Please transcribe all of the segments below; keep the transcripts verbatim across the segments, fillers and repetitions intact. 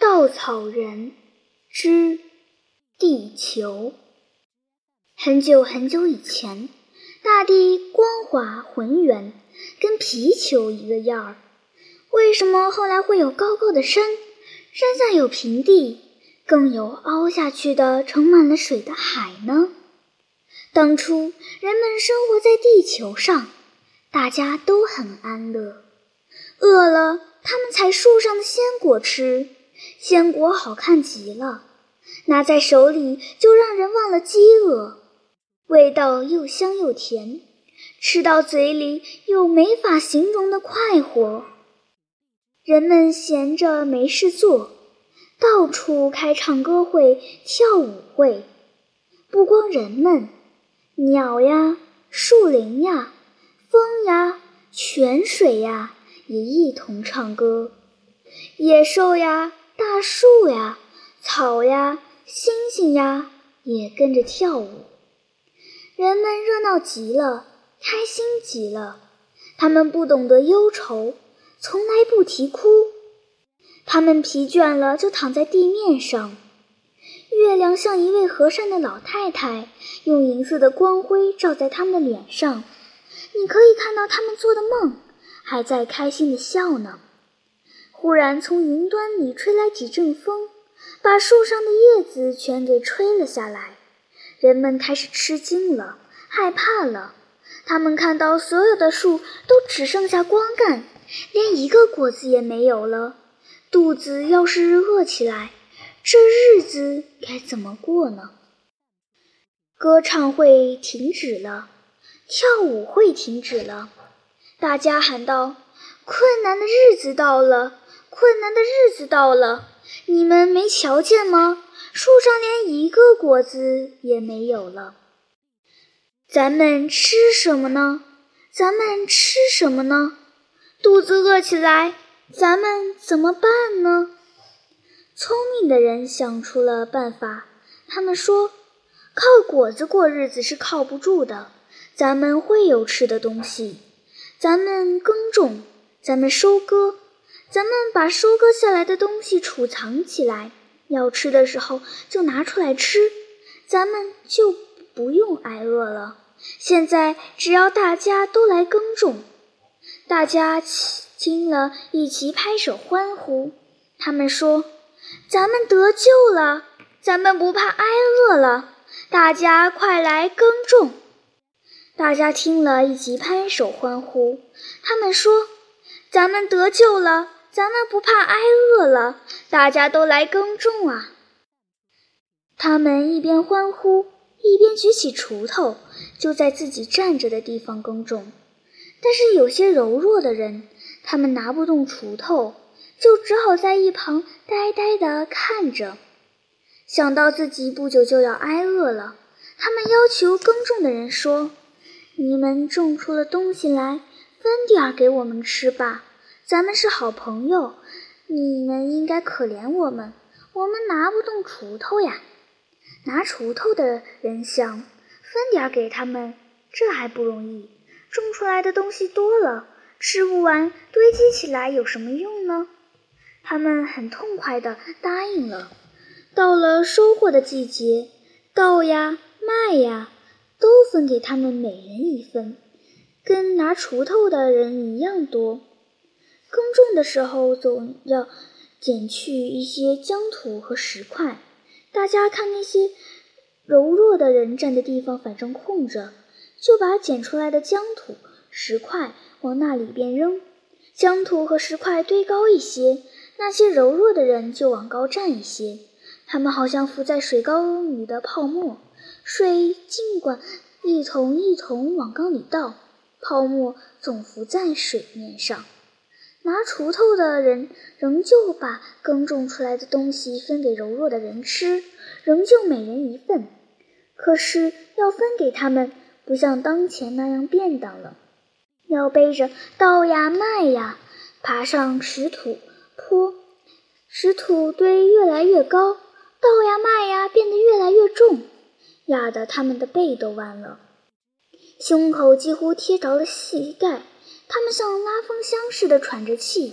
稻草人之地球。很久很久以前，大地光滑浑圆，跟皮球一个样儿。为什么后来会有高高的山，山下有平地，更有凹下去的盛满了水的海呢？当初人们生活在地球上，大家都很安乐，饿了他们采树上的鲜果吃，鲜果好看极了，拿在手里就让人忘了饥饿，味道又香又甜，吃到嘴里有没法形容的快活。人们闲着没事做，到处开唱歌会、跳舞会。不光人们，鸟呀、树林呀、风呀、泉水呀也一同唱歌。野兽呀、大树呀、草呀、星星呀也跟着跳舞。人们热闹极了，开心极了，他们不懂得忧愁，从来不啼哭。他们疲倦了就躺在地面上，月亮像一位和善的老太太，用银色的光辉照在他们的脸上，你可以看到他们做的梦，还在开心地笑呢。忽然从云端里吹来几阵风，把树上的叶子全给吹了下来。人们开始吃惊了，害怕了。他们看到所有的树都只剩下光干，连一个果子也没有了。肚子要是饿起来，这日子该怎么过呢？歌唱会停止了，跳舞会停止了。大家喊道：困难的日子到了，困难的日子到了，你们没瞧见吗？树上连一个果子也没有了。咱们吃什么呢？咱们吃什么呢？肚子饿起来，咱们怎么办呢？聪明的人想出了办法，他们说，靠果子过日子是靠不住的，咱们会有吃的东西。咱们耕种，咱们收割，咱们把收割下来的东西储藏起来，要吃的时候就拿出来吃，咱们就不用挨饿了。现在只要大家都来耕种。大家听了一齐拍手欢呼，他们说，咱们得救了，咱们不怕挨饿了，大家快来耕种。大家听了一齐拍手欢呼，他们说，咱们得救了，咱们不怕挨饿了，大家都来耕种啊。他们一边欢呼，一边举起锄头，就在自己站着的地方耕种。但是有些柔弱的人，他们拿不动锄头，就只好在一旁呆呆地看着。想到自己不久就要挨饿了，他们要求耕种的人说，你们种出了东西来，分点儿给我们吃吧，咱们是好朋友，你们应该可怜我们，我们拿不动锄头呀。拿锄头的人想，分点儿给他们，这还不容易，种出来的东西多了，吃不完，堆积起来有什么用呢？他们很痛快地答应了。到了收获的季节，稻呀、麦呀，都分给他们每人一份，跟拿锄头的人一样多。耕种的时候总要捡去一些浆土和石块，大家看那些柔弱的人站的地方反正空着，就把捡出来的浆土、石块往那里边扔，浆土和石块堆高一些，那些柔弱的人就往高站一些。他们好像浮在水缸里的泡沫，水尽管一桶一桶往缸里倒，泡沫总浮在水面上。拿锄头的人仍旧把耕种出来的东西分给柔弱的人吃，仍旧每人一份。可是要分给他们，不像当前那样便当了，要背着稻呀、麦呀，爬上石土坡，石土堆越来越高，稻呀、麦呀变得越来越重，压得他们的背都弯了，胸口几乎贴着了膝盖。他们像拉风箱似的喘着气，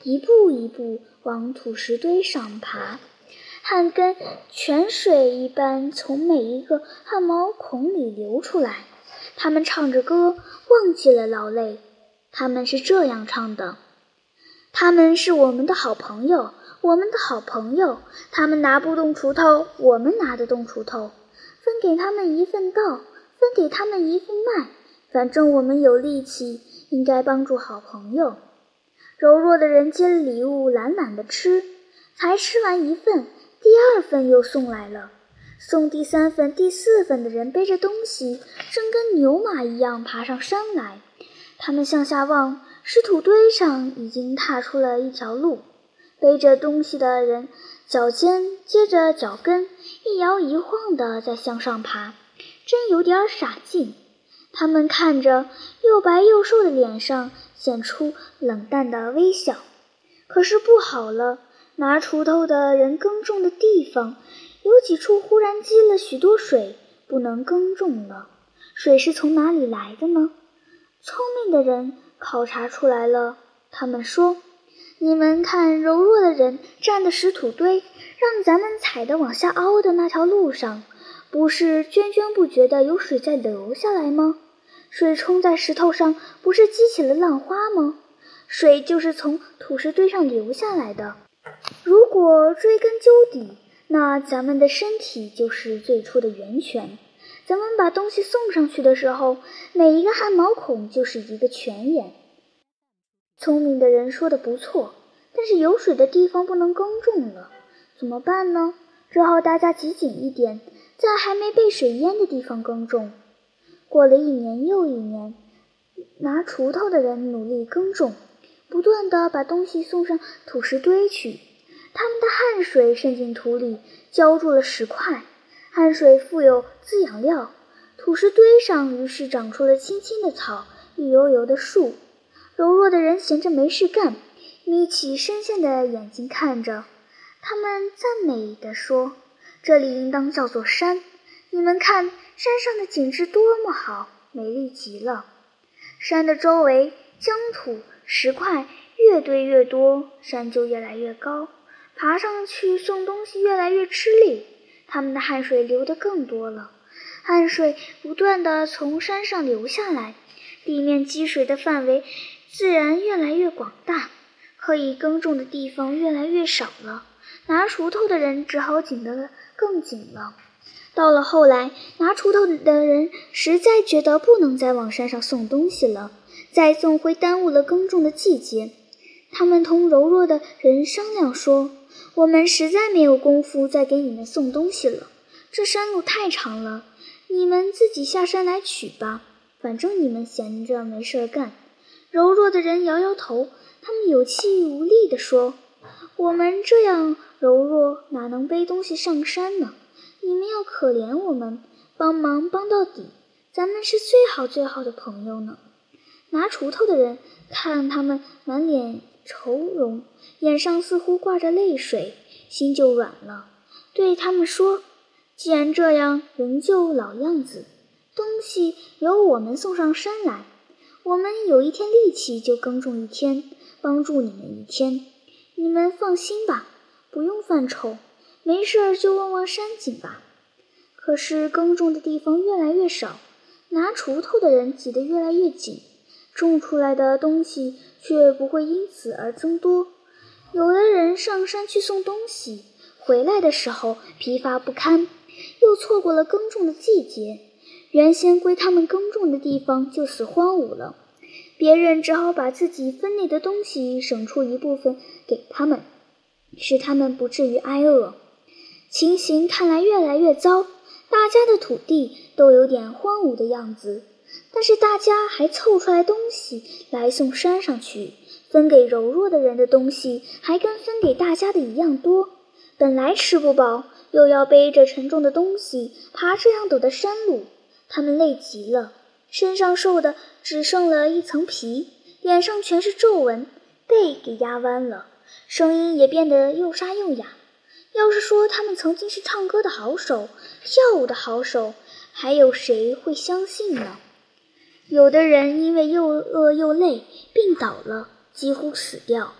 一步一步往土石堆上爬，汗跟泉水一般从每一个汗毛孔里流出来。他们唱着歌，忘记了劳累。他们是这样唱的：他们是我们的好朋友，我们的好朋友，他们拿不动锄头，我们拿得动锄头，分给他们一份稻，分给他们一份麦，反正我们有力气，应该帮助好朋友。柔弱的人接了礼物，懒懒地吃，才吃完一份，第二份又送来了。送第三份、第四份的人背着东西，正跟牛马一样爬上山来。他们向下望，石土堆上已经踏出了一条路。背着东西的人脚尖接着脚跟，一摇一晃地在向上爬，真有点傻劲。他们看着又白又瘦的脸上显出冷淡的微笑。可是不好了，拿锄头的人耕种的地方有几处忽然积了许多水，不能耕种了。水是从哪里来的呢？聪明的人考察出来了，他们说：你们看，柔弱的人站的石土堆，让咱们踩的往下凹的那条路上，不是涓涓不绝的有水在流下来吗？水冲在石头上，不是激起了浪花吗？水就是从土石堆上流下来的。如果追根究底，那咱们的身体就是最初的源泉。咱们把东西送上去的时候，每一个汗毛孔就是一个泉眼。聪明的人说的不错，但是有水的地方不能耕种了，怎么办呢？只好大家挤紧一点，在还没被水淹的地方耕种。过了一年又一年，拿锄头的人努力耕种，不断地把东西送上土石堆去。他们的汗水渗进土里，浇筑了石块。汗水富有滋养料，土石堆上于是长出了青青的草，绿油油的树。柔弱的人闲着没事干，眯起深陷的眼睛看着。他们赞美地说：这里应当叫做山，你们看，山上的景致多么好，美丽极了。山的周围疆土石块越堆越多，山就越来越高，爬上去送东西越来越吃力。他们的汗水流得更多了，汗水不断地从山上流下来，地面积水的范围自然越来越广大，可以耕种的地方越来越少了。拿锄头的人只好紧得更紧了。到了后来，拿锄头的人实在觉得不能再往山上送东西了，再送会耽误了耕种的季节。他们同柔弱的人商量说：我们实在没有功夫再给你们送东西了，这山路太长了，你们自己下山来取吧，反正你们闲着没事干。柔弱的人摇摇头，他们有气无力地说：我们这样柔弱，哪能背东西上山呢？你们要可怜我们，帮忙帮到底，咱们是最好最好的朋友呢。拿锄头的人看他们满脸愁容，眼上似乎挂着泪水，心就软了，对他们说：既然这样，仍旧老样子，东西由我们送上山来，我们有一天力气就耕种一天，帮助你们一天。你们放心吧，不用犯愁，没事儿就望望山景吧。可是耕种的地方越来越少，拿锄头的人挤得越来越紧，种出来的东西却不会因此而增多。有的人上山去送东西，回来的时候疲乏不堪，又错过了耕种的季节，原先归他们耕种的地方就此荒芜了。别人只好把自己分内的东西省出一部分给他们，使他们不至于挨饿。情形看来越来越糟，大家的土地都有点荒芜的样子，但是大家还凑出来东西来送山上去，分给柔弱的人的东西还跟分给大家的一样多。本来吃不饱，又要背着沉重的东西爬这样陡的山路，他们累极了，身上瘦的只剩了一层皮，脸上全是皱纹，背给压弯了，声音也变得又沙又哑。要是说他们曾经是唱歌的好手，跳舞的好手，还有谁会相信呢？有的人因为又饿又累病倒了，几乎死掉。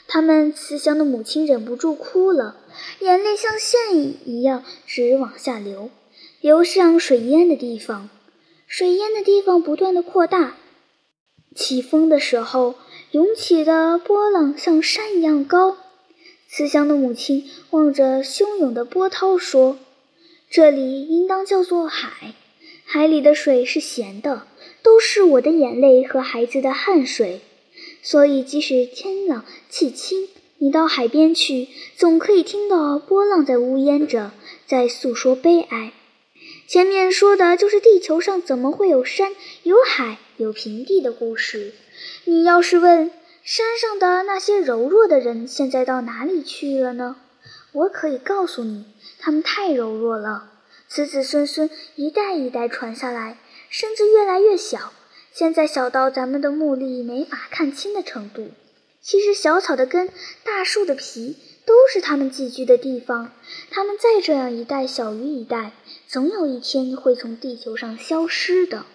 他们慈祥的母亲忍不住哭了，眼泪像线一样直往下流，流向水淹的地方。水淹的地方不断地扩大，起风的时候，涌起的波浪像山一样高。慈祥的母亲望着汹涌的波涛说：“这里应当叫做海，海里的水是咸的，都是我的眼泪和孩子的汗水。所以即使天冷气清，你到海边去，总可以听到波浪在呜咽着，在诉说悲哀。前面说的就是地球上怎么会有山、有海、有平地的故事。你要是问山上的那些柔弱的人现在到哪里去了呢？我可以告诉你，他们太柔弱了，子子孙孙一代一代传下来，甚至越来越小，现在小到咱们的目力没法看清的程度。其实小草的根、大树的皮都是他们寄居的地方，他们再这样一代小于一代，总有一天会从地球上消失的。